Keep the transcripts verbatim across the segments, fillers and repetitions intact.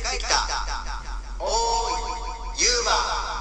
ってきた。おーいユーマ。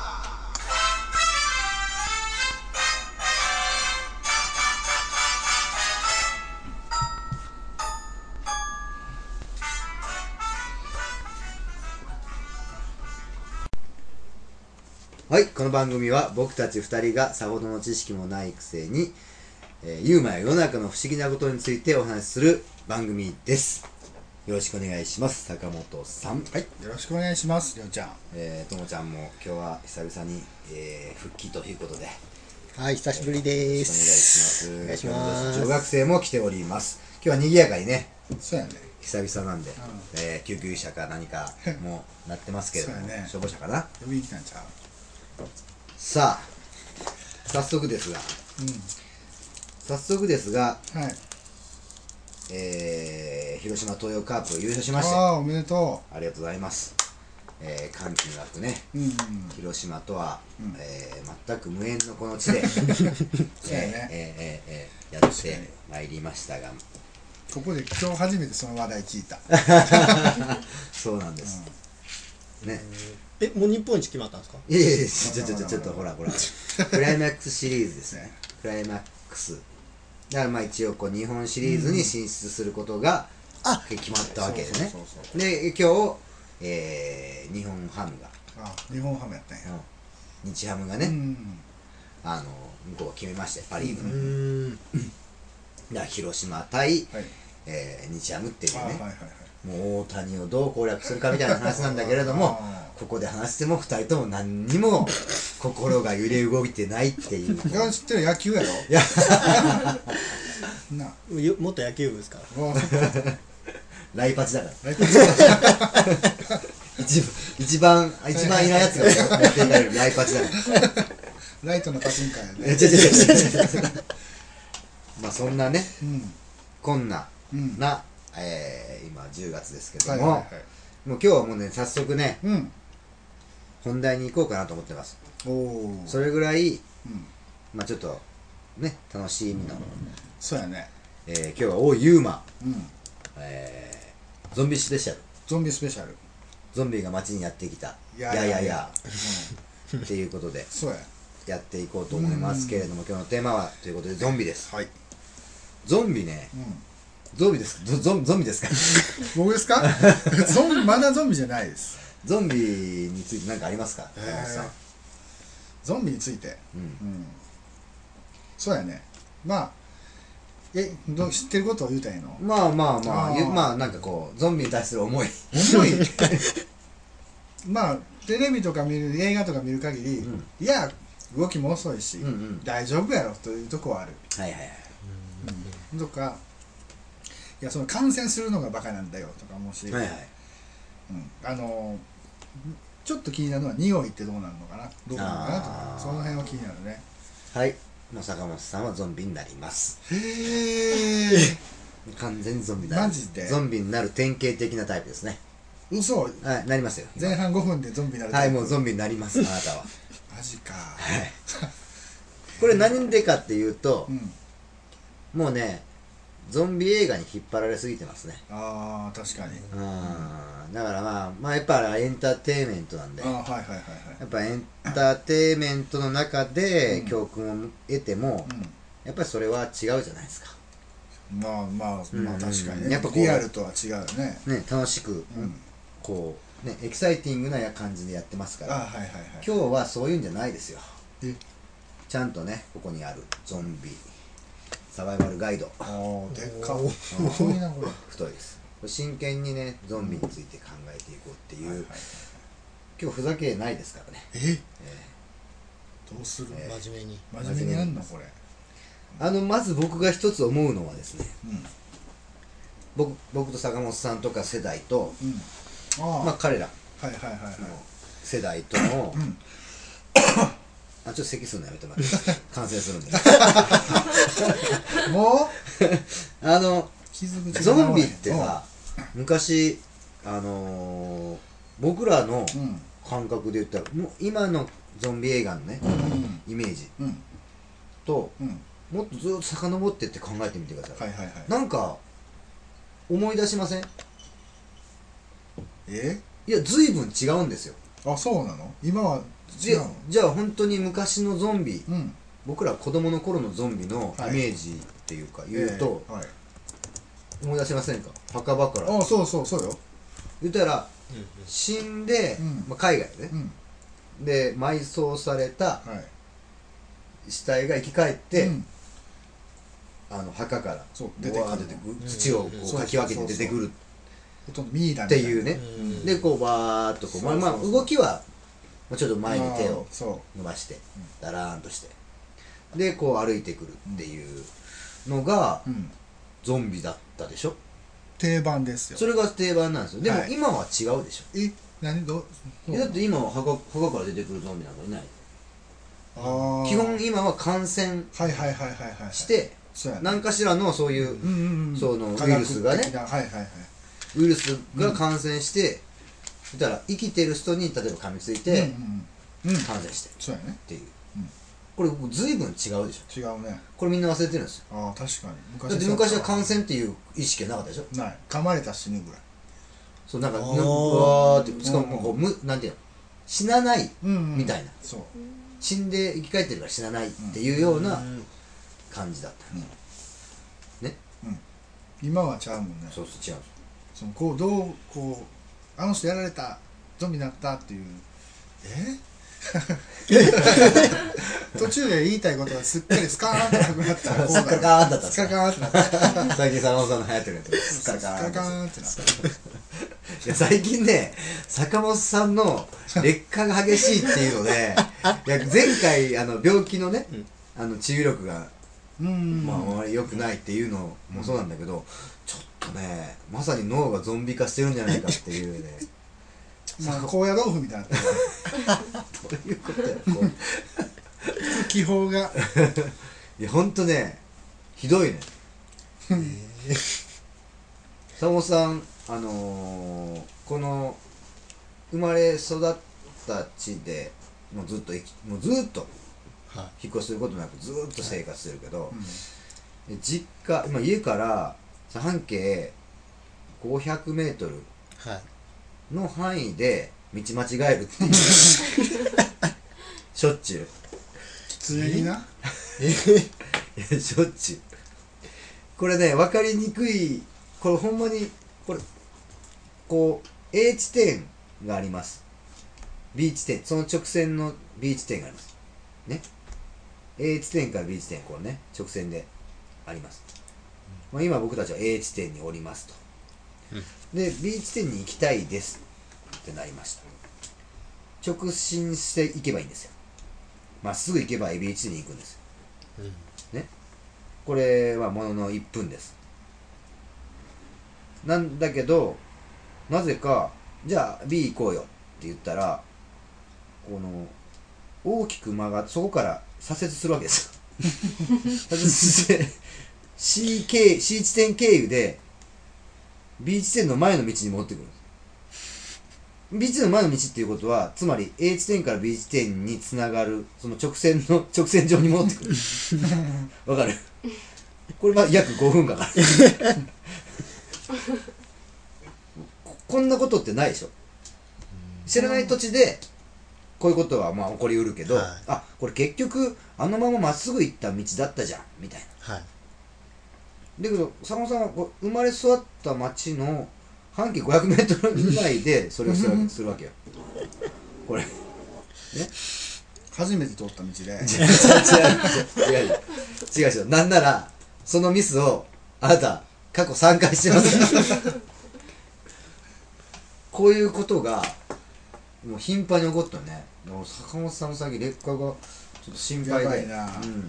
はい、この番組は僕たちふたりがさほどの知識もないくせに、えー、ユーマや世の中の不思議なことについてお話しする番組です。よろしくお願いします。坂本さん。 はい、よろしくお願いします。りょうちゃん。 えー、ともちゃんも今日は久々に、えー、復帰ということで、 はい、久しぶりでーす。 お願いします。 お願いします。 女学生も来ております。今日は賑やかにね、 そうやね。 久々なんで、うんえー、救急車か何かもなってますけれども、 そうやね、 消防車かな。 呼びに来たんちゃう。 さあ、早速ですが、 うん、 早速ですが、 はい、 えー、広島東洋カープ優勝しまして、 ああ、おめでとありがとうございます。えー、歓喜の楽ね、 う。うん、うん、 広島とは、 うんえー、全く無縁のこの地で、えー、 そうやね、 えー、えー、やってまいりましたが、 ここで今日初めてその話題聞いた。 そうなんです。うん、ね。 え、もう日本一決まったんですか？ いやいやいや、ちょちょちょちょっとほらほら、クライマックスシリーズですね。クライマックス。だからまあ一応こう日本シリーズに進出することが決まったわけですね。で、今日、えー、日本ハムが、 あ、日本ハムやったんや。 うん、日ハムがね、うん、あの向こうが決めまして、パ・リーグの。うん、だから広島対、はい、えー、日ハムっていうね。はいはいはい、もう大谷をどう攻略するかみたいな話なんだけれどもここで話してもふたりとも何にも心が揺れ動いてないっていう。 いや、知ってる、野球やろ。 いやな元野球部ですからライパチだから一, 一番一番いないやつがやっていかれるライパチだからライトのパチンカーやね。 違う違う違う違うまあそんなね、うん、こんな、うん、なえー、今じゅうがつですけども、はいはいはい、もう今日はもうね早速ね、うん、本題に行こうかなと思ってます。おそれぐらい、うん、まあちょっとね楽しみな、うん、 そうやね、 えー、今日はおいユーマ、うんえー、ゾンビスペシャルゾンビスペシャルゾンビが街にやってきたいやいやいやいや、 うん、っていうことでそうややっていこうと思いますけれども、今日のテーマはということでゾンビです。はい、ゾンビね、うんゾンビですか？ゾン、ゾンビですか？ 僕ですか？ゾンビ、まだゾンビじゃないです。 ゾンビについて何かありますか？ えー、ゾンビについて、うんうん、そうやね。まあえど知ってることを言うたらいいの？ まあまあまああまあなんかこうゾンビに対する思い思いまあテレビとか見る映画とか見る限り、うん、いや動きも遅いし、うんうん、大丈夫やろというとこはある。はいはいはい。うん、とかいやその感染するのがバカなんだよとか思うし、はいはいうん、あのちょっと気になるのは匂いってどうなるのかなどうなのかなとかその辺は気になるね。 はいもう坂本さんはゾンビになります。 へえ完全にゾンビになる。 マジでゾンビになる典型的なタイプですね。 嘘。 はいなりますよ。 前半ごふんでゾンビになるタイプ。はいもうゾンビになりますあなたはマジか。 はいこれ何でかっていうと、うん、もうねゾンビ映画に引っ張られすぎてますね。 ああ確かに。 うん、だからまあまあやっぱエンターテインメントなんで、あはいはいはいはい、やっぱエンターテインメントの中で教訓を得ても、うん、やっぱりそれは違うじゃないですか。 まあまあまあ確かにね。やっぱリアルとは違うよね。 ね楽しく、うん、こうねエキサイティングな感じでやってますから。あはいはいはい。今日はそういうんじゃないですよ。えちゃんとねここにあるゾンビサバイバルガイド。ああ、でっか。太いなこれ。太いです。真剣にね、ゾンビについて考えていこうっていう。はいはい、今日ふざけないですからね。え？えー、どうする？ えー、真面目に。 真面目にやんのこれ。 あのまず僕が一つ思うのはですね。うん、僕僕と坂本さんとか世代と、うん、あまあ彼らの世代との。うんあちょっと咳するのやめてもらって感染するんでもうあのゾンビってさ昔あのー、僕らの感覚で言ったらもう今のゾンビ映画のね、うん、イメージ、うん、と、うん、もっとずっと遡ってって考えてみてください、はいはいはい、なんか思い出しません？ えいや随分違うんですよ。 あ、そうなの？今は違うの？ じゃあ本当に昔のゾンビ、 うん、 僕ら子供の頃のゾンビのイメージっていうか言うと、はいえーはい、思い出しませんか？墓場から。 あ、そうそうそうよ。 言ったら、うんうん、死んで、うんまあ、海外でね、うん、で埋葬された死体が生き返って、うん、あの墓から出てくる、土をこうかき分けて出てくるっていうね、でこうバーっとこう、まあまあ動きはちょっと前に手を伸ばしてダラーンとしてでこう歩いてくるっていうのがゾンビだったでしょ。 定番ですよ。 それが定番なんですよ。でも今は違うでしょ。 え、何どうだって今は墓墓から出てくるゾンビなんかいない。あ基本今は感染して何かしらのそういうそのウイルスがね、ウイルスが感染して言ったら生きてる人に例えば噛みついて感染してっていう、これ随分違うでしょ。 違うね。 これみんな忘れてるんですよ。 ああ、確かに。 昔だって昔は感染っていう意識はなかったでしょ。 ない。噛まれたら死ぬぐらい。 そうなんかなんかわーってしかもこうむなんていうの死なないみたいな、そう死んで生き返ってるから死なないっていうような感じだった、うんね、 うん、今はちゃうもんね。 そうそう違う。 そのこうどうこうあの人やられたゾンビになったっていうえ途中で言いたいことがすっかりスカーンとなくなったらスカカーンだったスカカーンってなった最近坂本さんの流行ってるやつスカカーンってなったいや最近ね坂本さんの劣化が激しいっていうのでいや前回あの病気のね、うん、あの治癒力がうんまああまり良くないっていうのもそうなんだけど、うん、ちょっとねまさに脳がゾンビ化してるんじゃないかっていうねまあ高野豆腐みたいなどういうことやこう気泡がいやほんとねひどいね坂本さんあのー、この生まれ育った地でもうずっともうずっと引っ越しすることなくずっと生活してるけど、はいうん、実家、まあ、家から半径ごひゃくメートルの範囲で道間違えるっていうしょっちゅうきついなえしょっちゅうこれね分かりにくいこれほんまにこれこう A 地点があります B 地点その直線の B 地点がありますね A 地点から B 地点こうね直線であります、まあ、今僕たちは A 地点におりますと、うん、で B 地点に行きたいですってなりました直進していけばいいんですよまっすぐ行けば B 地点に行くんです、うん、ねこれはもののいっぷんですなんだけどなぜかじゃあ ビー 行こうよって言ったらこの大きく曲がってそこから左折するわけです左折して C, K C 地点経由で B 地点の前の道に戻ってくるんです B 地点の前の道っていうことはつまり A 地点から B 地点につながるその直線の直線上に戻ってくるわかるこれは約ごふんかかるこんなことってないでしょ知らない土地でこういうことはまあ起こりうるけど、はい、あこれ結局あのまままっすぐ行った道だったじゃんみたいな、はい、だけど坂本さんは生まれ育った町の半径ごひゃくメートル以内でそれをするわけ、するわけよこれね初めて通った道で違う違う違う違う違う違うなんならそのミスをあなた過去さんかいしてますからこういうことがもう頻繁に起こったね。坂本さんの先劣化がちょっと心配でやばいな、うん、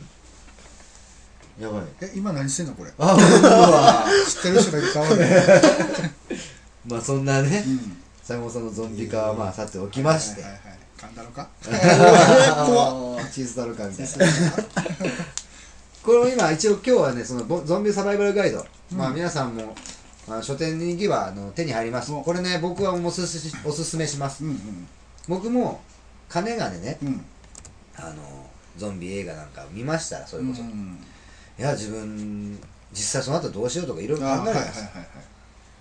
やばいえ今何してんのこれあわ知ってる人がいっぱいおるねまあそんなね、うん、坂本さんのゾンビ化はまあさておきまして、はいはいはいはい、 噛んだのか怖っチーズタロかみたいなこれ今一応今日はねそのゾンビサバイバルガイド、うん、まあ皆さんもあの書店に行けばあの手に入ります。これね僕はおすすおすすめします、うんうん、僕も金がね、うん、あのゾンビ映画なんか見ましたらそれこそ、うんうん、いや自分実際その後どうしようとかいろいろ考えるんですよ、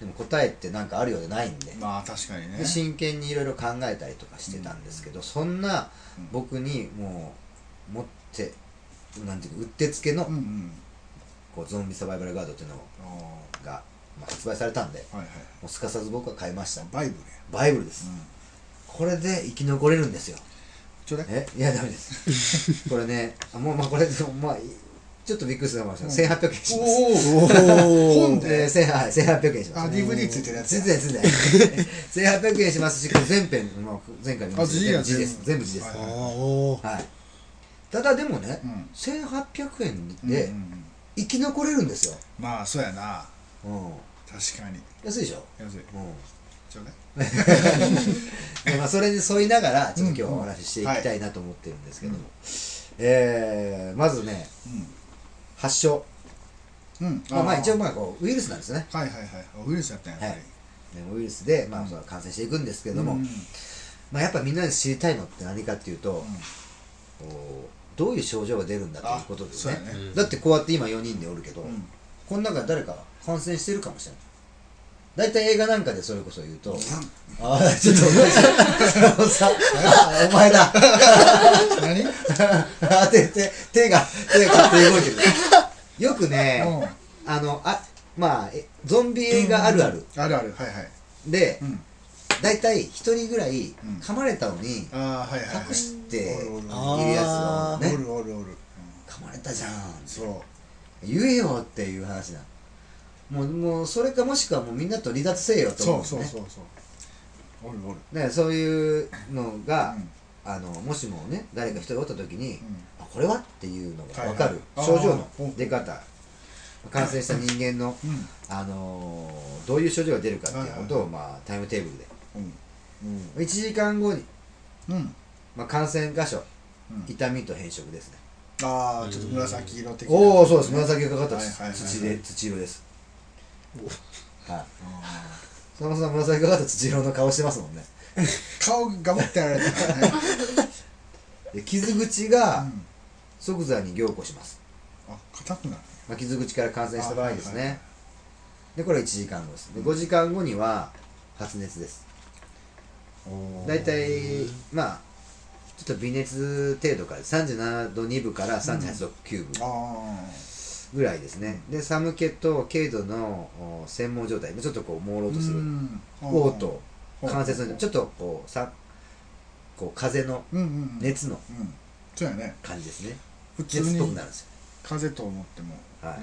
でも答えってなんかあるようでないんで、 まあ確かにね。 で真剣にいろいろ考えたりとかしてたんですけど、うん、そんな僕にもう持ってなんていうかうってつけの、うんうん、こうゾンビサバイバルガードっていうのが、まあ、発売されたんで、はいはい、もうすかさず僕は買いました。 バイブルやバイブルです、うん、これで生き残れるんですよ。 ちょうだい。 えいやダメですこれねもうまあこれまあちょっとびっくりするかもしれない、うん、せんはっぴゃくえんします。おお本で、えー、せんはっぴゃくえんします、ね、 あ ディーブイディー ついてるやつついてないついてないせんはっぴゃくえんしますし、これ全編、まあ、前回見ましたけど字です、全部字です、はいはいはい、ただでもね、うん、せんはっぴゃくえんで生き残れるんですよ。 まあそうやな、うん、確かに安いでしょ。 安い、うん、ちょうだいで、まあ、それに沿いながらちょっと今日お話ししていきたいなと思ってるんですけども、うん、えー、まずね、うん発症、うん、まあ、まあ一応まあこうウイルスなんですね。 はいはいはい、ウイルスだったんやっぱり、はい、 ウイルスで、まあ、その感染していくんですけれども、うん、まあ、やっぱみんなで知りたいのって何かっていうと、うん、こうどういう症状が出るんだということですね。だってこうやって今よにんでおるけど、うん、この中で誰か感染してるかもしれない。大体映画なんかでそれこそ言うと、うん、ああちょっとお前だ何あ手手手が手が勝手に動いてるよくね、うん、あのあまあゾンビ映画あるある、 うん、あるあるはいはいで、うん、大体一人ぐらい噛まれたのに隠しているやつがね、 おるおるおる噛まれたじゃんそう言えよっていう話なの。もう、もうそれかもしくはもうみんなと離脱せよと思うんですね。 そうそうそうそうおるおるだからそういうのが、うん、あのもしもね誰か一人おった時に、うん、あこれはっていうのが分かる、はいはい、症状の出方感染した人間の、うん、あのー、どういう症状が出るかっていうことを、はいはいはいまあ、タイムテーブルで、うんうん、いちじかんごに、うんまあ、感染箇所、うん、痛みと変色ですね。 ああちょっと紫色的な、 おおそうです紫がかかった土で土色です。はい。そのさん紫がかった土色の顔してますもんね。 顔が持ってやられてるからね。 で傷口が即座に凝固します。 あ硬くなる。 まあ、傷口から感染した場合ですね。はいはい、でこれいちじかんごです。でごじかんごには発熱です。だいたいまあちょっと微熱程度からさんじゅうななどにぶからさんじゅうはちどきゅうぶ。うんぐらいですね。で寒気と軽度の専門状態ちょっとこう朦朧とする嘔吐関節のちょっとこうさこう風の熱の感じですね。 普通に熱っぽくなるんですよ。風邪と思っても、ねはい、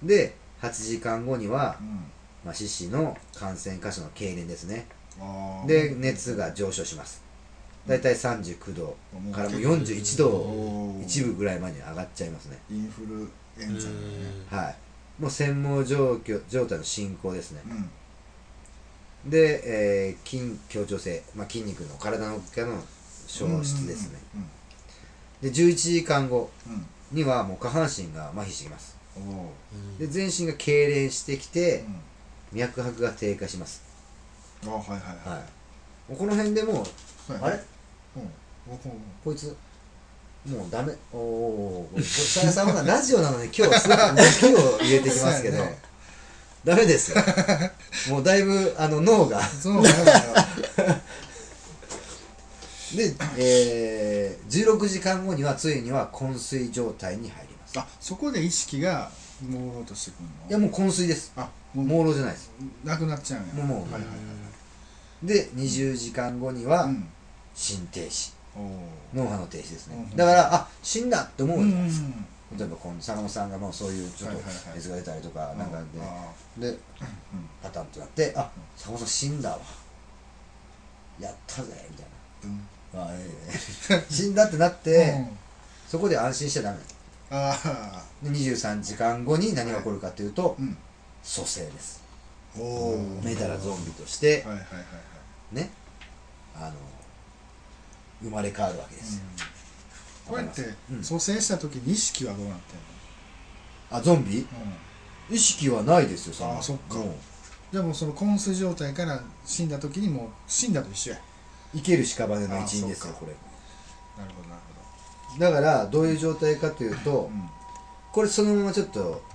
ではちじかんごには、うんまあ、四肢の感染箇所の痙攣ですね。で熱が上昇します。だいたいさんじゅうきゅうどからもよんじゅういちど一部ぐらいまで上がっちゃいますね。 インフルエンザのね。 はいもう専門状況状態の進行ですね。うん、で、えー、筋強調性、まあ、筋肉の体の中の消失ですね。でじゅういちじかんごにはもう下半身が麻痺してきます。で全身が痙攣してきて、うん、脈拍が低下します。 あはいはいはい、はい、 この辺でもうあれ、 うん、 こいつもうダメおおさやさんはラジオなのに今日はすごく動きを入れてきますけど、ね、ダメですよもうだいぶあの脳がそうなんだよで、えー、じゅうろくじかんごにはついには昏睡状態に入ります。 あそこで意識が朦朧としてくるの？ いやもう昏睡です。あ朦朧じゃないです。 なくなっちゃうんや。 もうもう、はいはいはい、でにじゅうじかんごには、うん心停止脳波の停止ですね、うん、だからあ死んだって思うじゃないですか、うんうん、例えばこの坂本さんがもうそういうちょっと熱が出たりとか、はいはいはい、なんかで、で、うん、パタンとなってあ坂本さん死んだわやったぜみたいな、うん、あええ死んだってなって、うん、そこで安心しちゃダメあでにじゅうさんじかんごに何が起こるかというと、はいうん、蘇生です。お目たらゾンビとして、はいはいはいはい、ねあの生まれ変わるわけですよ、 うん、こうやって蘇生した時に意識はどうなってんの？ あゾンビ、うん、意識はないですよ。 そあそっかじゃあもうその昏睡状態から死んだ時にもう死んだと一緒や生ける屍の一員ですよこれ。 なるほどなるほど。だからどういう状態かというと、うん、これそのままちょっと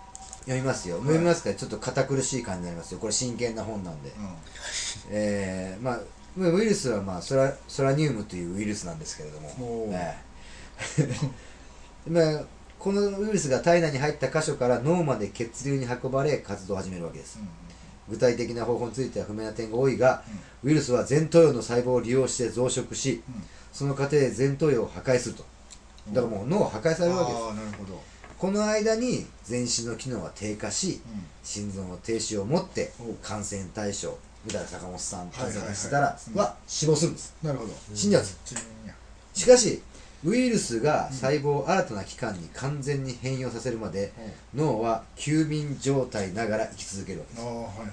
読みますよ、読みますから、ちょっと堅苦しい感じになりますよ。これ真剣な本なんで、うん、えー、まあウイルスは、まあ、ソラソラニウムというウイルスなんですけれども、えーまあ、このウイルスが体内に入った箇所から脳まで血流に運ばれ活動を始めるわけです、うん、具体的な方法については不明な点が多いが、うん、ウイルスは前頭葉の細胞を利用して増殖し、うん、その過程で前頭葉を破壊すると。だからもう脳を破壊されるわけです。 あ、なるほど。 この間に全身の機能が低下し、うん、心臓の停止をもって感染対象みたいな坂本さん感染したらは死亡するんです。 なるほど。 死んじゃうんです。しかしウイルスが細胞を新たな器官に完全に変容させるまで、うん、脳は休眠状態ながら生き続けるわけです。あ、はいはいはい、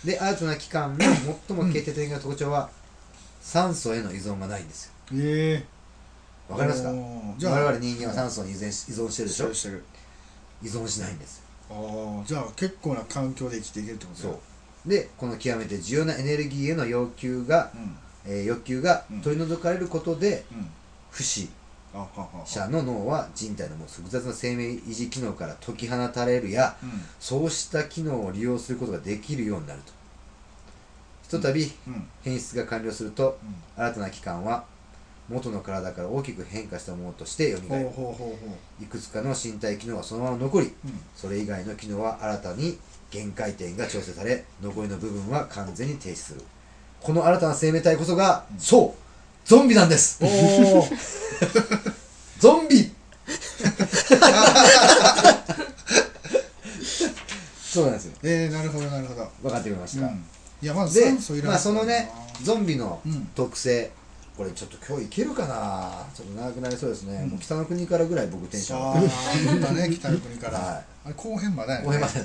で新たな器官の最も決定的な特徴は、うん、酸素への依存がないんですよ。 えー、わかりますか？じゃあ我々人間は酸素に依存し、依存してるでしょ。してる。依存しないんですよ。ああ、じゃあ結構な環境で生きていけるってことだ。 そうで、この極めて重要なエネルギーへの要求が、うん、えー、欲求が取り除かれることで、うん、不死者の脳は人体のもう複雑な生命維持機能から解き放たれるや、うん、そうした機能を利用することができるようになると。ひとたび変質が完了すると、うん、新たな器官は元の体から大きく変化したものとして蘇る。いくつかの身体機能はそのまま残り、うん、それ以外の機能は新たに限界点が調整され、残りの部分は完全に停止する。この新たな生命体こそが、うん、そうゾンビなんです。おゾンビそうなんですよ。 えー、なるほどなるほど。 分かってくれましたか？うん、 いや、まず酸素いらない。 まあそのね、ゾンビの特性、うん、これちょっと今日いけるかな、ちょっと長くなりそうですね、うん、もう北の国からぐらい僕テンション上がってる。ああ、ね、北の国から、はい、あれ後編まで、ね、 後編まで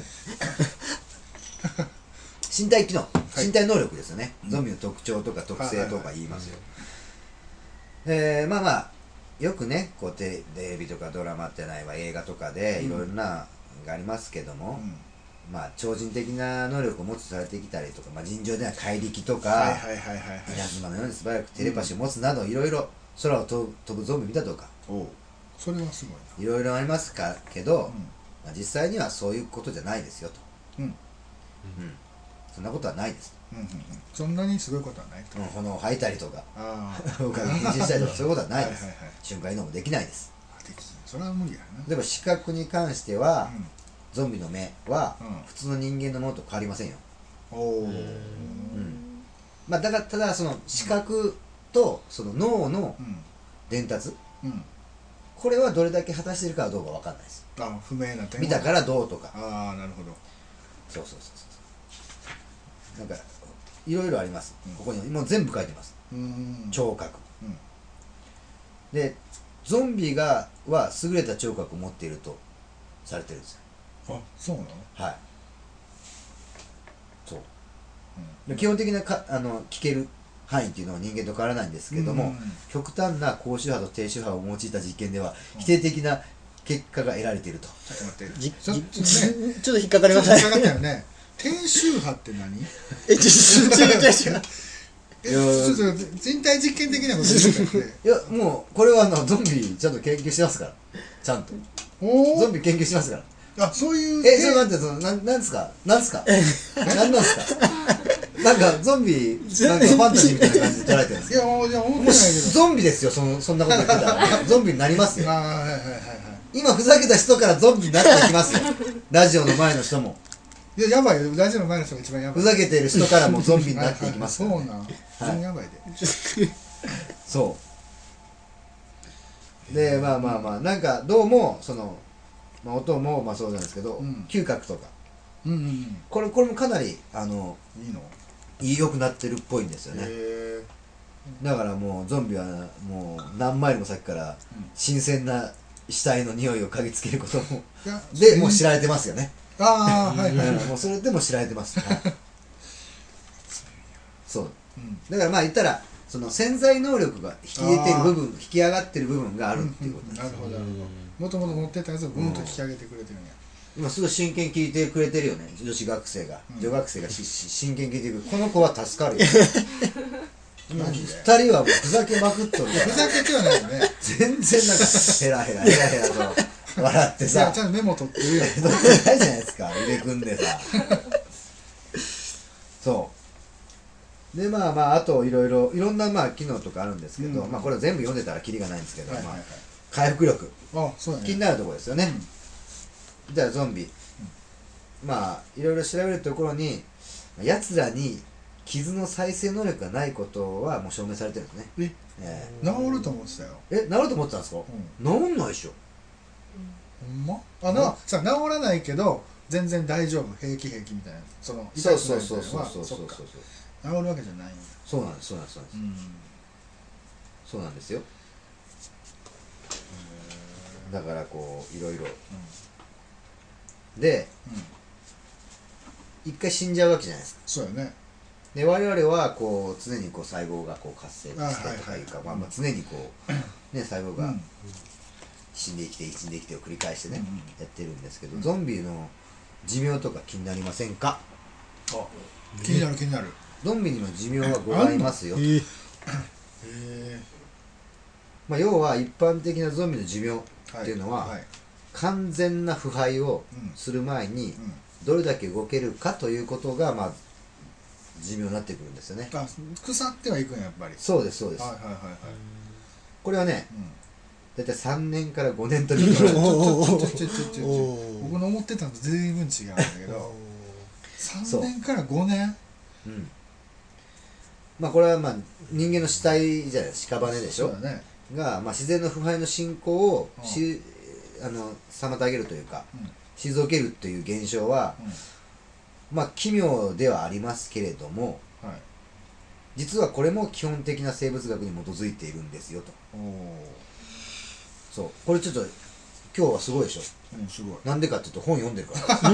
身体機能、身体能力ですよね、はい、ゾンビの特徴とか特性とか言いますよ。えー、まあまあよくね、こうテレビとかドラマってないわ、映画とかでいろいろながありますけども、うん、まあ超人的な能力を持つとされてきたりとか、まあ、尋常では怪力とか稲妻のように素早くテレパシーを持つなど、いろいろ空を飛ぶ、飛ぶゾンビ見たとか、 おそれはすごいいろいろありますかけど、うん、まあ、実際にはそういうことじゃないですよと、うんうん、そんなことはないです、 うんうんうん、そんなにすごいことはないと、 うん、炎を吐いたりとか僕が変身したりとかそういうことはないです。はいはい、はい、瞬間移動もできないです。 できそれは無理やな。 でも視覚に関しては、うん、ゾンビの目は普通の人間のものと変わりませんよ。おお、うん、まあだからただその視覚とその脳の伝達、うんうん、これはどれだけ果たしているかはどうか分かんないです。 あ、不明な点見たからどうとか。 ああ、なるほど。 そうそうそうそう、なんかいろいろあります、うん、ここにもう全部書いてます。うん、聴覚、うん、でゾンビがは優れた聴覚を持っているとされてるんですよ。 あ、そうなの？ はい。そう。うん、基本的なかあの聞ける範囲っていうのは人間と変わらないんですけども、うん、極端な高周波と低周波を用いた実験では否定的な結果が得られていると。 ちょっと待って。 じちょ、ね、ちょっと引っかかりましたね。 引っかかったよね。低周波って何？ え、ちょっと違う違う違う。 ちょっと人体実験的なこと言っていや、もうこれはあのゾンビちゃんと研究してますから、ちゃんとゾンビ研究してますから。 あ、そういう。 え、ちょっと待って、そのななんですか、なんですかなんなんですかなんかゾンビなんかファンタジーみたいな感じで捉えてるんですか。いや、もうじゃあ思ってないけど、ゾンビですよ、そのそんなこと言ってたらゾンビになりますよ。あ、はいはいはいはい。今ふざけた人からゾンビになっていきますよラジオの前の人も。 いや、やばいよ、ラジオの前の人が一番やばい。 ふざけてる人からもゾンビになっていきますから、ね、 そうなん、非常にやばいで。 そうで、まあまあまあ、なんかどうもその、まあ、音もまあそうなんですけど、うん、嗅覚とか、うんうんうん、これこれもかなりあのいいのいい良くなってるっぽいんですよね。へだからもうゾンビはもう何マイルも先から新鮮な死体の匂いを嗅ぎつけることもでもう知られてますよね。ああ、はいはい、はい、もうそれでも知られてます、はい、そう、うん、だからまあ言ったらその潜在能力が引き入れてる部分、引き上がってる部分があるっていうことです、ね、 うんうん、なるほどなるほど。もともと持ってたやつをブーンと引き上げてくれてるんや。 今すごい真剣に聞いてくれてるよね、女子学生が、うん、女学生がしし真剣に聞いてくる。この子は助かるよふたりはもうふざけまくっとるから。 ふざけてはないよね。 全然なんかヘラヘラヘラヘラと笑ってさちゃんとメモ取ってるよ取ってないじゃないですか腕組んでさそうでまあまああといろいろいろんなまあ機能とかあるんですけど、うん、まあこれ全部読んでたらキリがないんですけど、はいはいはい、まあ、回復力あそうだ、ね、 気になるところですよね、うん、じゃあゾンビ、うん、まあいろいろ調べるところにやつらに傷の再生能力がないことはもう証明されてるんですね。 え、えー、治ると思ってたよ。 え、治ると思ってたんですか、うん、治んないでしょ。 ほんまあな、さ治らないけど全然大丈夫、平気平気みたいな、その痛くないみたいなのはそうそうそうそうそうそう治るわけじゃないんだ。 そうなんですそうなんですそうなんです、うん、そうなんですよ。だからこういろいろ、うん、で、うん、一回死んじゃうわけじゃないですか。 そうよね。 で我々はこう常にこう細胞がこう活性してとかいうか、まあまあ常にこうね細胞が死んで生きて死んで生きてを繰り返してね、うん、やってるんですけど、ゾンビの寿命とか気になりませんか？ あ、気になる気になる。 ゾンビにも寿命はございますよ。へー。まあ要は一般的なゾンビの寿命っていうのは、はいはい、完全な腐敗をする前にどれだけ動けるかということがまあ寿命になってくるんですよね。 あ、腐ってはいくんやっぱり。 そうですそうです。 はいはいはいはい。 これはね、だいたいさんねんからごねんと見てもらう。 僕の思ってたのと随分違うんだけどさんねんからごねん。うん。 まあこれはまあ人間の死体じゃないですか、屍でしょ。 そうだね。 が、まあ、自然の腐敗の進行をし、うん、あの妨げるというか、うん、退けるという現象は、うん、まあ奇妙ではありますけれども、はい、実はこれも基本的な生物学に基づいているんですよと。そうこれちょっと今日はすごいでしょ。 うん、すごい。 なんでかっていうと本読んでる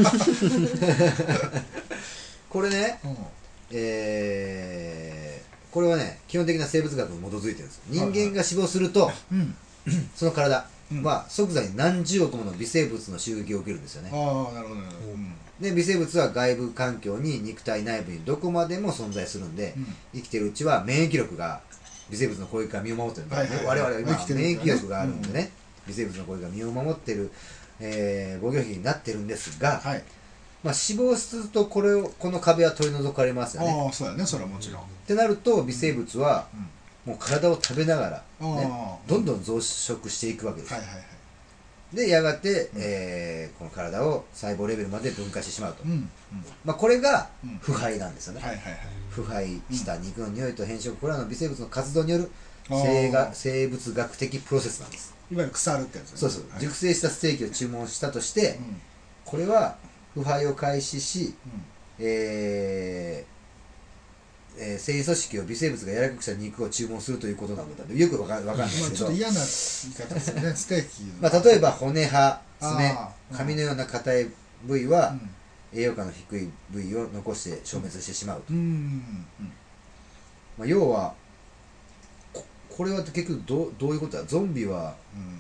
からこれね、うん、えーこれはね基本的な生物学に基づいてるんです。人間が死亡すると、はいはい、その体は即座に何十億もの微生物の襲撃を受けるんですよね。 ああ、なるほどなるほど、うん、 で微生物は外部環境に肉体内部にどこまでも存在するんで、うん、生きてるうちは免疫力が微生物の攻撃から身を守ってるんで、はいはいはい、我々は今免疫力があるんでね、うん、微生物の攻撃から身を守ってる、えー、防御壁になってるんですが、はい、まあ、死亡するとこれをこの壁は取り除かれますよね。 ああ、そうやね、それはもちろん。 ってなると微生物はもう体を食べながら、ね、どんどん増殖していくわけです。はいはいはい、でやがて、うん、えー、この体を細胞レベルまで分解してしまうと、うんうん、まあ、これが腐敗なんですよね、うん、はいはいはい、腐敗した肉の匂いと変色、これらの微生物の活動による生が生物学的プロセスなんです。 いわゆる腐るってやつね。 そうそう、はい、熟成したステーキを注文したとして、うん、これは腐敗を開始し、うん、えーえー、繊維組織を微生物が柔らかくした肉を注文するということなのだとよくわかんないですけど、 ちょっと嫌な言い方ですよねステーキまあ例えば骨葉、爪、髪のような硬い部位は、うん、栄養価の低い部位を残して消滅してしまうと、うんうん、まあ、要は こ, これは結局 ど, どういうことだ。ゾンビは、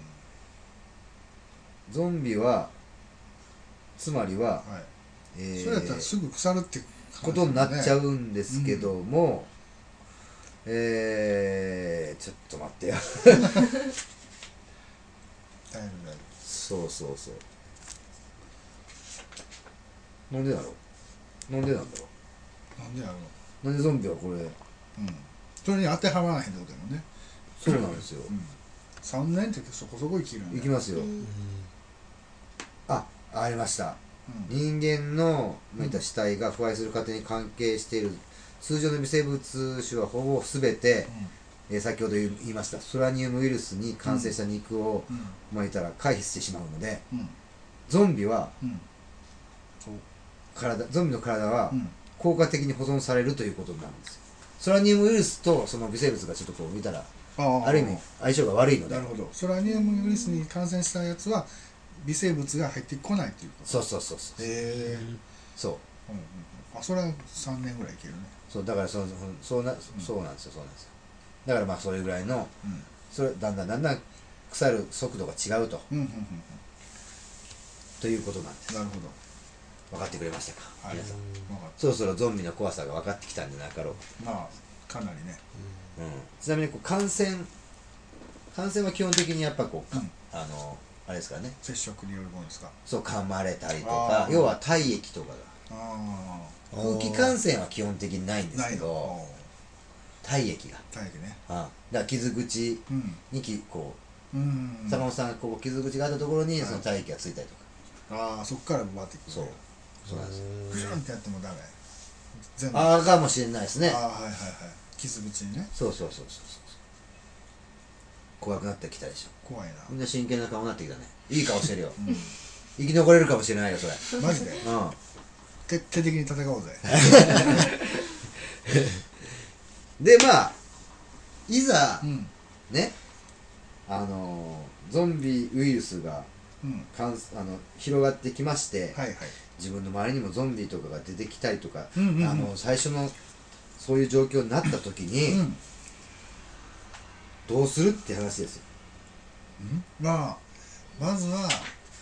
うん、ゾンビはつまりは、はい、 えー、それやったらすぐ腐るってことになっちゃうんですけども、うん、えー、ちょっと待ってよそうそうそう、なんでだろうなんでなんだろうなんでやろうなんでゾンビはこれ、うん、 それに当てはまらへんってことだよね。 そうなんですよ、うん、 さんねんってそこそこ生きるんだ。 生きますよ、うん、あ、ありました、うん、人間の死体が腐敗する過程に関係している通常の微生物種はほぼ全て、うん、えー、先ほど言いましたソラニウムウイルスに感染した肉を、うん、まあ、言ったら回避してしまうので、うん、ゾンビは、うん、体ゾンビの体は効果的に保存されるということになるんですよ。ソラニウムウイルスとその微生物がちょっとこう見たら あ, ある意味相性が悪いので。 なるほど。ソラニウムウイルスに感染したやつは微生物が入ってこないっていうこと。 そうそうそうそう。へえ。そう。 うんうん、あ、それはさんねんぐらいいけるね。 そうだからそそうなそうなんですよ、そうなんですよ。だからまあそれぐらいの、うん、それだんだんだんだん腐る速度が違うと、うんうんうんうん、ということなんです。 なるほど。 分かってくれましたか、はい、皆さん。 分かった。 そろそろゾンビの怖さが分かってきたんじゃなかろうか。まあかなりね。うん、 ちなみにこう感染感染は基本的にやっぱこう、うん、あのあれですからね。 接触によるものですか。 そう、噛まれたりとか、要は体液とかが、 あ空気感染は基本的にないんですけど、体液が、 体液ね。 ああだから傷口にきこう、うん、坂本さんがこう傷口があったところにその体液がついたりとか、ああそっから回ってくる。 そうそうなんです。 グシュンってやってもダメ。 全部ああかもしれないですね。 ああはいはいはい。傷口にね。 そうそうそうそうそう。怖くなってきたでしょ。 怖いな。 みんな真剣な顔になってきたね。いい顔してるよ。うん、生き残れるかもしれないよそれ。 マジで。うん。徹底的に戦おうぜ。 でまあいざ、うん、ねあのゾンビウイルスが、うん、かんあの広がってきまして、はいはい、自分の周りにもゾンビとかが出てきたりとか、うんうんうん、あの最初のそういう状況になった時に、うん、どうするって話ですよ。 んまあまずは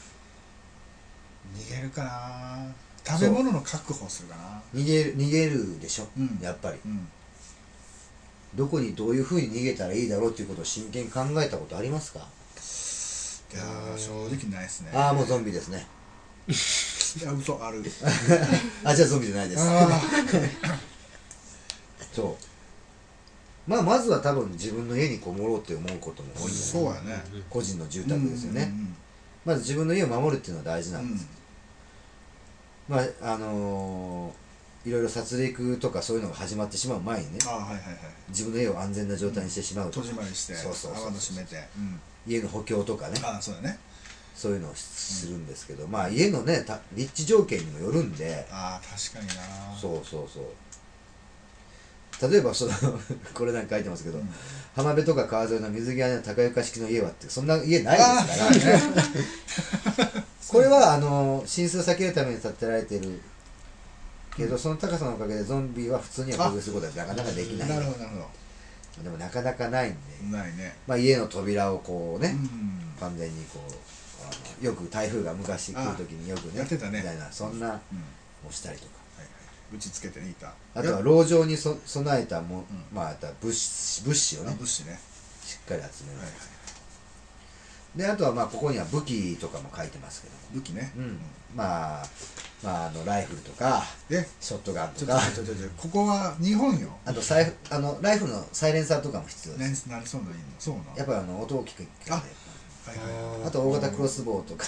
逃げるかな。食べ物の確保するかな。 逃げる逃げるでしょ、うん、やっぱり、うん、どこにどういうふうに逃げたらいいだろうっていうことを真剣に考えたことありますか？ いやー正直ないですね。 ああもうゾンビですね。 いや嘘ある。 あじゃあゾンビじゃないです。そうまあまずは多分自分の家にこもろうって思うことも多いんじゃない。そうやね。個人の住宅ですよね、うんうんうん、まず自分の家を守るっていうのは大事なんです、うん、まああのー、いろいろ殺戮とかそういうのが始まってしまう前にね、あ、はいはいはい、自分の家を安全な状態にしてしまうとか、 戸締まりしてそうそうそうそう、 雨戸閉めて、うん、 家の補強とかね、 あそうだね、 そういうのをするんですけど、うん、まあ家のね立地条件にもよるんで、 あ確かにな、 そうそうそう、例えばそのこれなんか書いてますけど、うん、浜辺とか川沿いの水際の高床式の家はってそんな家ないですから、ね、これはあの浸水を避けるために建てられているけど、うん、その高さのおかげでゾンビは普通には防御することはなかなかできない。 なるほどなるほど。 でもなかなかないんで、 ないね、 まあ、家の扉をこうね、うん、完全にこうあのよく台風が昔来る時によくねやってたねみたいな、そんな、うん、をしたりとか、 打ちつけてねいた。 あとは籠城にそ備えたも、うん、まあ物資物資をね、 物資ねしっかり集める、はいはい、であとはまあここには武器とかも書いてますけども、 武器ね、 うん、まあまああのライフルとかショットガンとか、 ちょちょちょここは日本よ。 あとサイあのライフルのサイレンサーとかも必要です。 何そんなのいいの？そうなの？ やっぱりあの音を聞くあ、はいはい、 あと大型クロスボウとか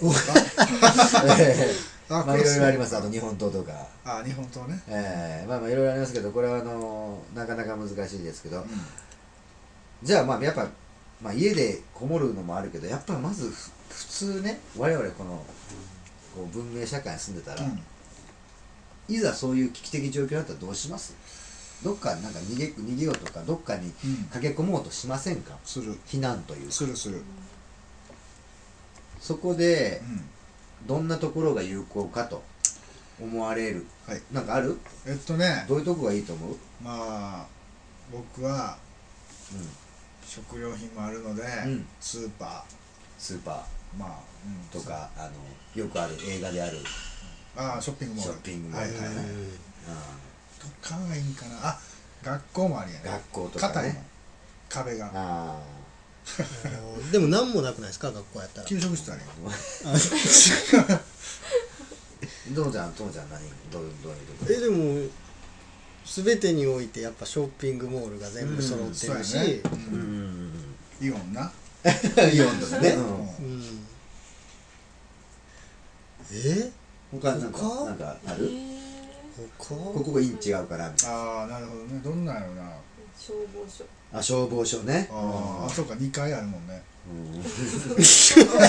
まあいろいろあります。あと日本刀とか、 あ日本刀ね、 えー、まあまあいろいろありますけど、これはあのなかなか難しいですけど、うん、じゃあまあやっぱ、まあ、家でこもるのもあるけど、やっぱまず普通ね、我々このこう文明社会に住んでたら、うん、いざそういう危機的状況だったらどうします？どっかなんか逃げ逃げようとか、どっかに駆け込もうとしませんか？うん、 する。 避難というか。 するする。 そこで、うん、どんなところが有効かと思われる、はい、なんかある？ えっとね、 どういうとこがいいと思う？ まあ僕は、うん、食料品もあるので、うん、スーパースーパー、 まあ、 うん、とか、あのよくある映画である、 ああショッピングモール、 ショッピングモール、はいはいはい、 とかがいいかな。あ、学校もあるやん、ね、 学校とかね、 硬いもん壁が。あでも何もなくないですか、学校やったら。 給食室あるよ。 どうじゃん、どうじゃん、何どういうどういうとこ？ えでも全てにおいてやっぱショッピングモールが全部揃ってるし、 ね、うん、イオンなイオンとかね、うんうん、 え他なんかなんかある？他ここがいい違うからみたいな。 ああなるほどね。どんなんやろうな。 消防署。 あ、消防署ね。 あ、うん、あ、そうか、にかいあるもんね。うん、 それは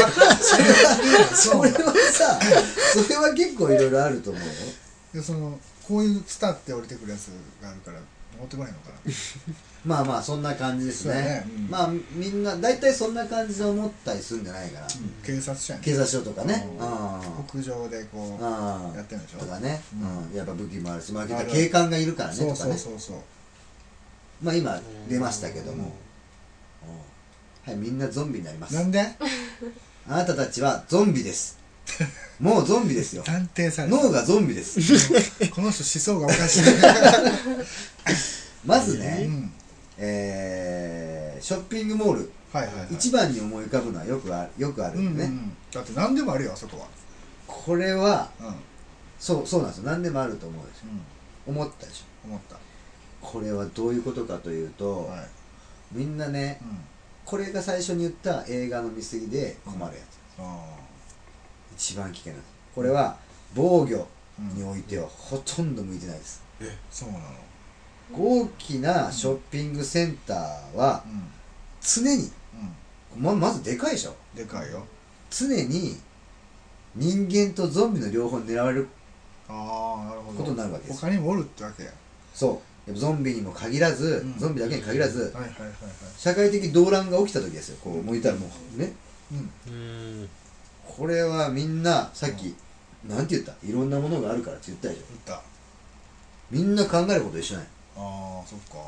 さ、それは結構いろいろあると思うよ。 でそのこういうツタって降りてくるやつがあるから持ってこないのかな。 まあまあそんな感じですね。ね、うん、まあみんな大体そんな感じで思ったりするんじゃないかな。うん、 警察署やね。 警察署とかね。 屋上でこうやってるんでしょ。 とかね、うん、やっぱ武器もあるし、まあ警官がいるからねとかね。 そうそうそうそう。まあ今出ましたけども、はい、みんなゾンビになります。 なんで？ あなたたちはゾンビです。もうゾンビですよ。 断定された。 脳がゾンビです。 この人思想がおかしい。 まずね、うん、えー、ショッピングモールはいはい、はい、 一番に思い浮かぶのはよくあるよくあるんでね、うんうん、 だって何でもあるよあそこは。 これは、うん、そうそうなんですよ。何でもあると思うでしょ、うん、思ったでしょ。 思った。これはどういうことかというと、はい、みんなね、うん、これが最初に言った映画の見過ぎで困るやつ、うん、一番危険なんです。これは防御においてはほとんど向いてないです、 うん、え、そうなの。 大きなショッピングセンターは常に、うん、ま, まずでかいでしょ。 でかいよ。 常に人間とゾンビの両方狙われることになるわけです。 他にもおるってわけや。 そう、ゾンビにも限らず、うん、ゾンビだけに限らず、社会的動乱が起きた時ですよ。こう、もう言ったらもうね、うん、うんこれはみんなさっき、うん、なんて言った、いろんなものがあるからって言ったでしょ。 言った。 みんな考えること一緒ない。 ああ、そっか。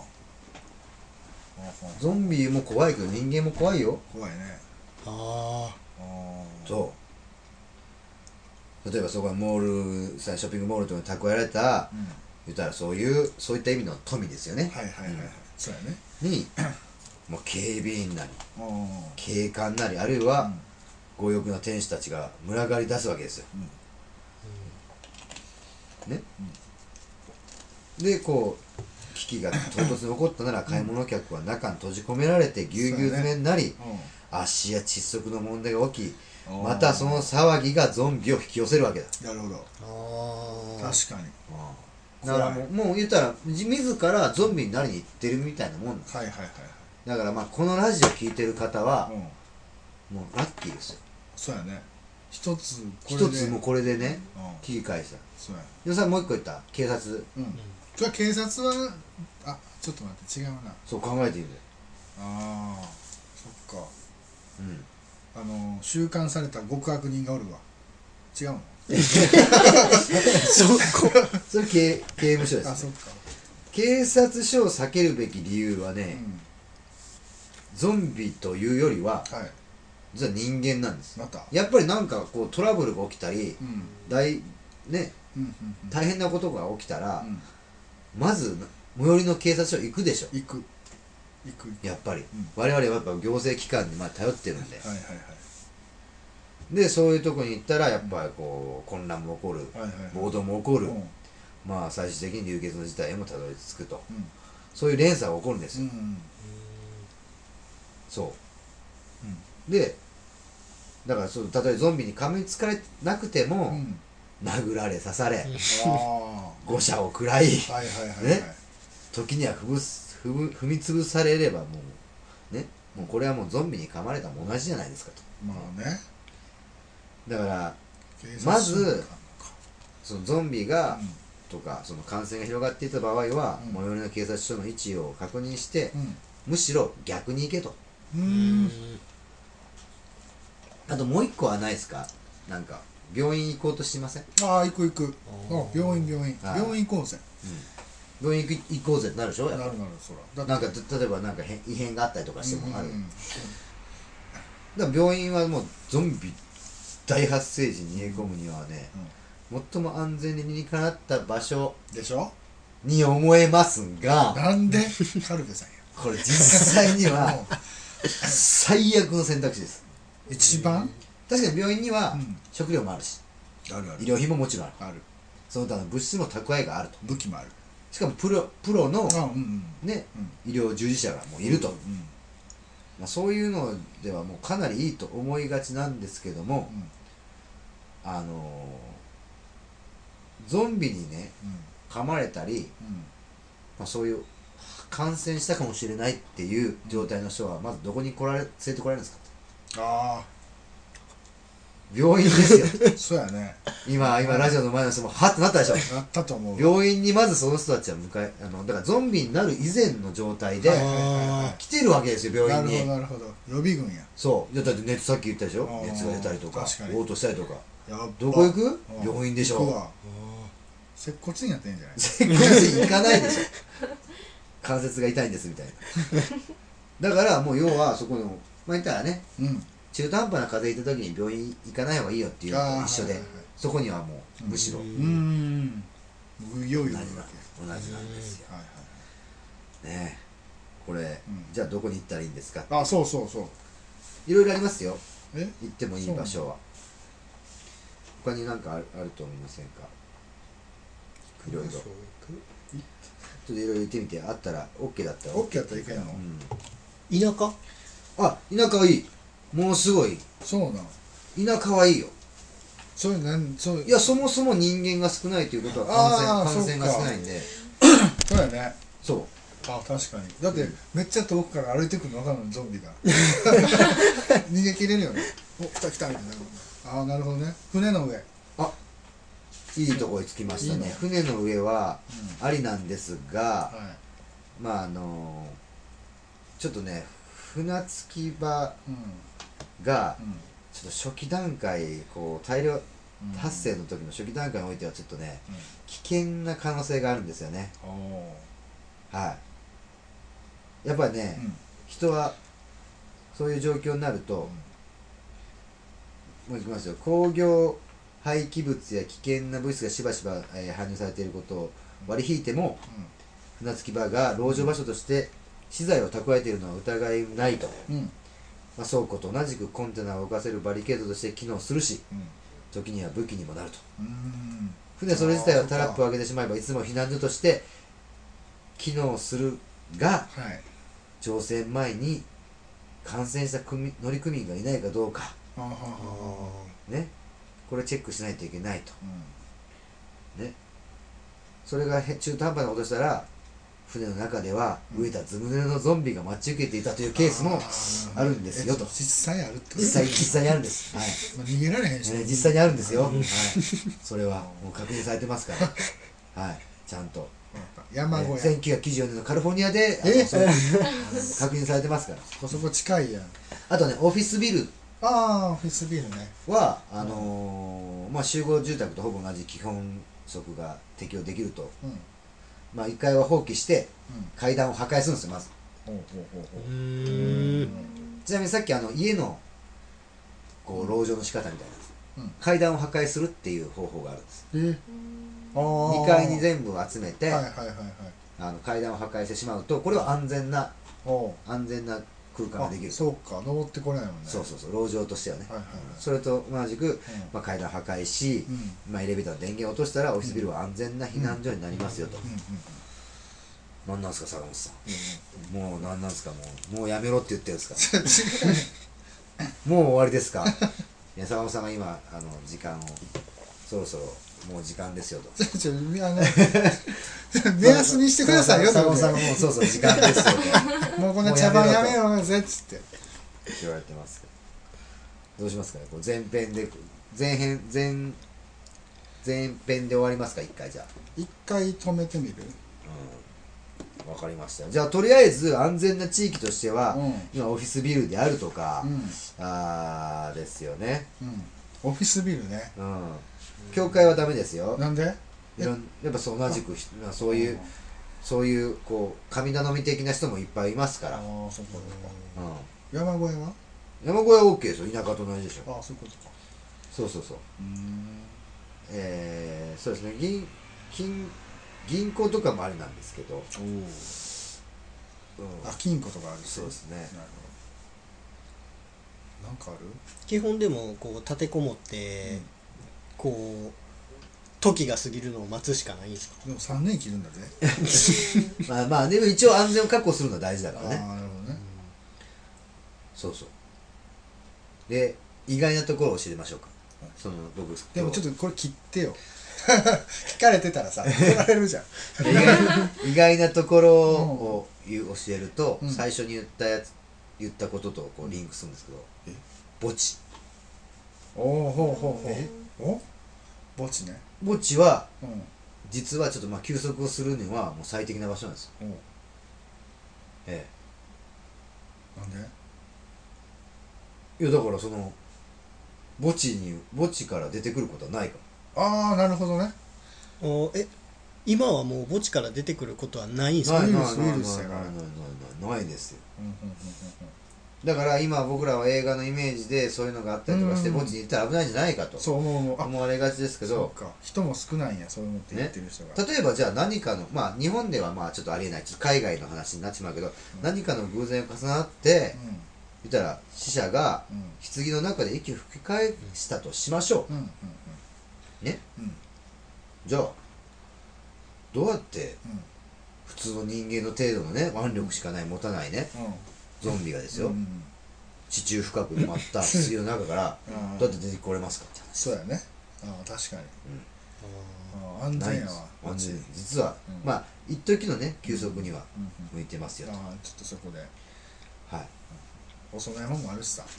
ゾンビも怖いけど人間も怖いよ。 怖いね。 ああ。そう。例えばそこはモールさ、ショッピングモールとかに蓄えられた、うん、言ったらそういうそういった意味の富ですよね。 はいはいはいはい。うん、そうやね。 にもう警備員なり警官なり、あるいは、うん、強欲な天使たちが群がり出すわけですよ。うん、ね。うん、でこう危機が唐突に起こったなら買い物客は中に閉じ込められてぎゅうぎゅう詰めになり、ね、うん、足や窒息の問題が起き、またその騒ぎがゾンビを引き寄せるわけだ。 なるほど。あ、確かに。 だからもう、もう言ったら自らゾンビになりに行ってるみたいなもんなんです。 はいはいはいはい。 だからまあこのラジオ聞いてる方は、うん、もうラッキーですよ。 そうやね。一つこれで一つもうこれでね、うん、切り返した。そうや。要するにもう一個言った警察。うん。 じゃあ警察はあ、ちょっと待って違うな。 そう考えている。ああ、そっか。うん。あの収監された極悪人がおるわ。違うの？ そこ。それ刑刑務所です、ね。 あ、そっか。 警察署を避けるべき理由はね、うん、ゾンビというよりは、はい、実は人間なんです。また。やっぱりなんかこうトラブルが起きたり、うん、大ね、うんうんうん、大変なことが起きたら、うん、まず最寄りの警察署行くでしょ。 行く。行く。 やっぱり、うん、我々はやっぱ行政機関にまあ頼ってるんで。はいはいはい。でそういうとこに行ったらやっぱりこう混乱も起こる、はいはいはい、暴動も起こる、うん、まあ最終的に流血の事態へもたどり着くと、うん、そういう連鎖が起こるんですよ。うんうん、そう、うん、でだからそう例えばゾンビに噛みつかれなくても、うん、殴られ刺され誤射を食らい、はいはいはいはい、ね、時には踏む踏む踏み潰されればもうね、もうこれはもうゾンビに噛まれたも同じじゃないですかと。 まあね。 だからまずそのゾンビが、うん、とかその感染が広がっていた場合は、うん、最寄りの警察署の位置を確認して、うん、むしろ逆に行けと。うーん、あともう一個はないですか。なんか病院行こうとしてません？ ああ、行く行く。あ、病院病院病院行こうぜ。 うん、病院行こうぜってなるでしょ。 なるなる。そらなんか例えばなんか異変があったりとかしてもある。うんうんうん、だから病院はもうゾンビ大発生時に逃げ込むにはね、うん、最も安全に理にかなった場所でしょに思えますが、 なんでカルベさんやこれ実際には最悪の選択肢です。 一番確かに病院には食料もあるし、 うん、あるある、 医療費ももちろんある、 ある、 その他の物質の蓄えがあると、 武器もある、 しかもプロ、プロの、うんうんね、うん、医療従事者がもういると、うんうん、まあ、そういうのではもうかなりいいと思いがちなんですけども、うん、あのー、ゾンビにね、うん、噛まれたり、うん、まあ、そういう感染したかもしれないっていう状態の人はまずどこに来られ連れてこられるんですか。ああ、病院ですよ。 そうやね。 今今ラジオの前の人もハッとなったでしょ。 なったと思う。 病院にまずその人たちは迎え、あのだからゾンビになる以前の状態で来てるわけですよ、病院に。 なるほどなるほど。予備軍や。 そう。だって熱、さっき言ったでしょ。熱が出たりとか、嘔吐したりとか。どこ行く？病院でしょ。行くわ。 接骨院やってんじゃない？ 接骨院行かないでしょ。関節が痛いんですみたいな。だからもう要はそこの、まあ言ったらね、うん、中途半端な風邪ひいた時に病院行かない方がいいよっていうのと一緒で、はいはいはい、そこにはもうむしろ、うん、同じなんですよ、はいはい、ねえ、 これ、うん、じゃあどこに行ったらいいんですか。 あ、そうそうそう、 いろいろありますよ。 え行ってもいい場所は。他に何かある、あると思いませんか。いろいろちょっといろいろ言ってみて、あったら OK だったら OK だったらいけんの、 うん、田舎、 あ、田舎はいい、ものすごい。 そうなん、 田舎はいいよ。 そういうなんそういや、そもそも人間が少ないということは感染感染が少ないんで。 そうやね。 そう。 あ、確かに。だって、うん、めっちゃ遠くから歩いてくるの分かるのにゾンビが逃げ切れるよね。お、来た来たみたいな。ああ、なるほどね。船の上、 あ、いいところに着きましたね。いい船の上はありなんですが、うん、はい、まああのちょっとね、船着き場が、うんうん、ちょっと初期段階、こう大量発生の時の初期段階においてはちょっとね、うん、危険な可能性があるんですよね。はい、やっぱりね、うん、人はそういう状況になると、うん、もういきますよ、工業廃棄物や危険な物質がしばしば、えー、搬入されていることを割り引いても、うん、船着き場が籠城場所として資材を蓄えているのは疑いないと、うん、まあ、倉庫と同じくコンテナを動かせるバリケードとして機能するし、うん、時には武器にもなると。うん、船それ自体はタラップを上げてしまえばいつも避難所として機能するが、はい、乗船前に感染した組乗組員がいないかどうか、ね、これチェックしないといけないと、うん、ね、それが中途半端なことしたら船の中では飢えたずぶ濡れのゾンビが待ち受けていたというケースもあるんですよと。 実際あるって実際実際にあるんです、はい、 逃げられへんし、 ね、実際にあるんですよ、はい、それはもう確認されてますから、はい、ちゃんと山小屋、 せんきゅうひゃくきゅうじゅうよねんのカリフォルニアで確認されてますから。 そこ近いやん。 あとね、オフィスビル、 ああ、オフィスビルねはあのーうん、まあ集合住宅とほぼ同じ基本則が適用できると、うん、まあいっかいは放棄して階段を破壊するんですよ、まず。ちなみにさっきあの家のこう籠城の仕方みたいな、うん、階段を破壊するっていう方法があるんです。えにかいに全部集めてあの階段を破壊してしまうと、これは安全な安全な空間ができる。 そうか、登ってこないもんね。 そうそうそう、籠城としてはね、はいはいはい、それと同じく、うん、まあ、階段破壊し、うん、まあ、エレベーターの電源を落としたらオフィスビルは安全な避難所になりますよと。何なんですか坂本さん、うん、もう何なんですか、もうもうやめろって言ってるんですかもう終わりですか。いや、坂本さんが今あの時間をそろそろもう時間ですよとちょちょあの目安にしてくださいよ。 坂本さんがもうそうそう時間ですよともうこんな茶番やめようぜっつって言われてますけど、どうしますかね、こう前編で前編前前編で終わりますか。一回じゃあ一回止めてみる。 うん、わかりました。じゃあとりあえず安全な地域としては、うん、今オフィスビルであるとか、うん、あですよね、 うん、オフィスビルね、 うん、教会はダメですよ。 なんで？ いろんやっぱそう同じくそういうそういうこう神頼み的な人もいっぱいいますから。ああ、そうかそうか。うん、山小屋は？ 山小屋は OK ですよ。田舎と同じでしょ。 ああ、そういうことか。 そうそうそう。うーん、えー、そうですね。銀金銀行とかもありなんですけど。おお。 うん、あ、金庫とかある。 そうですね。なるほど。なんかある？ 基本でもこう立てこもって、うん、こう時が過ぎるのを待つしかないんですか。 でもさんねん生きるんだぜまあまあでも一応安全を確保するのは大事だからね。 ああ、なるほどね、うん、 そうそう。で意外なところを教えましょうか。その僕でもちょっとこれ切ってよ聞かれてたらさ怒られるじゃん意外意外なところを言う教えると、うん、最初に言ったやつ言ったこととこうリンクするんですけど、え墓地。 おお、ほうほうほう。えお墓地ね。 墓地は、うん、実はちょっとまあ休息をするにはもう最適な場所なんですよ。ええなんで？ いやだからその墓地に墓地から出てくることはないから。ああ、なるほどね。 おえ今はもう墓地から出てくることはないんですか？ ないないないないないないないですよ。 だから今僕らは映画のイメージでそういうのがあったりとかして墓地に行ったら危ないんじゃないかとそう思う思われがちですけど、 そうか、人も少ないんやそういうのって言ってる人が、 ね、例えばじゃあ何かのまあ日本ではまあちょっとありえないちょっと海外の話になっちまうけど、うん、何かの偶然重なって、うん、言ったら死者が棺の中で息を吹き返したとしましょう、うんうんうん、ね、うん、じゃあどうやって、うん、普通の人間の程度のね腕力しかない持たないね、うん、ゾンビがですよ、うんうん、地中深く埋まった水の中からどうやって出てこれますかって話。 そうやね、ああ確かに、うん、ああ安全やわ安全実は、うん、まあ一時のね休息には向いてますよと、 うんうん、ああちょっとそこではい、 お供え物もあるしさ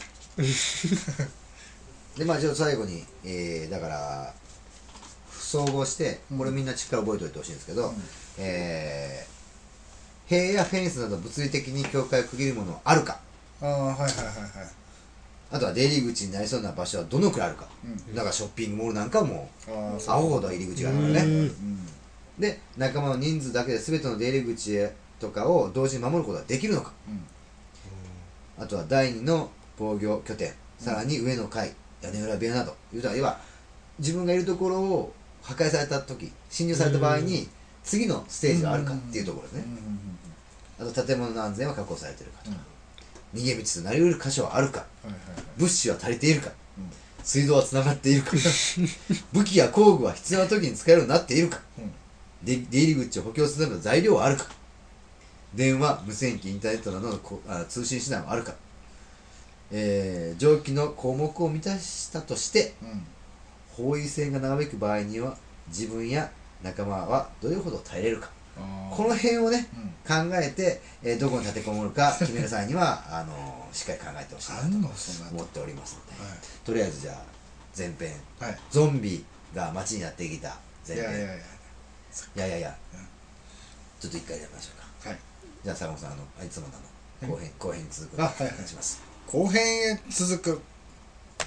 でまあちょっと最後に、えー、だから総合してこれみんな力覚えておいてほしいんですけど、うん、えー、塀やフェンスなど物理的に境界を区切るものはあるか、 ああはいはいはいはい、 あとは出入り口になりそうな場所はどのくらいあるか、うん、だからショッピングモールなんかもアホほど入り口があるからね、うん、で仲間の人数だけで全ての出入り口とかを同時に守ることができるのか、うん、あとは第二の防御拠点、さらに上の階、屋根裏部屋などいうたら、要は自分がいるところを破壊された時、侵入された場合に次のステージがあるかっていうところですね。あと建物の安全は確保されているかとか、うん、逃げ道となりうる箇所はあるか、はいはいはい、物資は足りているか、うん、水道はつながっているか武器や工具は必要な時に使えるようになっているか、うん、で出入り口を補強するための材料はあるか、電話、無線機、インターネットなどのあ通信手段はあるか、えー、上記の項目を満たしたとして、うん、包囲戦が長引く場合には自分や仲間はどれほど耐えれるか、この辺をね、うん、考えて、えー、どこに立てこもるか決める際にはあのー、しっかり考えてほしいなと思っておりますので、はい、とりあえずじゃあ前編、はい、ゾンビが街にやってきた前編、いやいやいやいやいやいや、うん、ちょっと一回やりましょうか、はい、じゃあ坂本さん、あのいつもの後編、後編に続くお願いします。 後編へ続く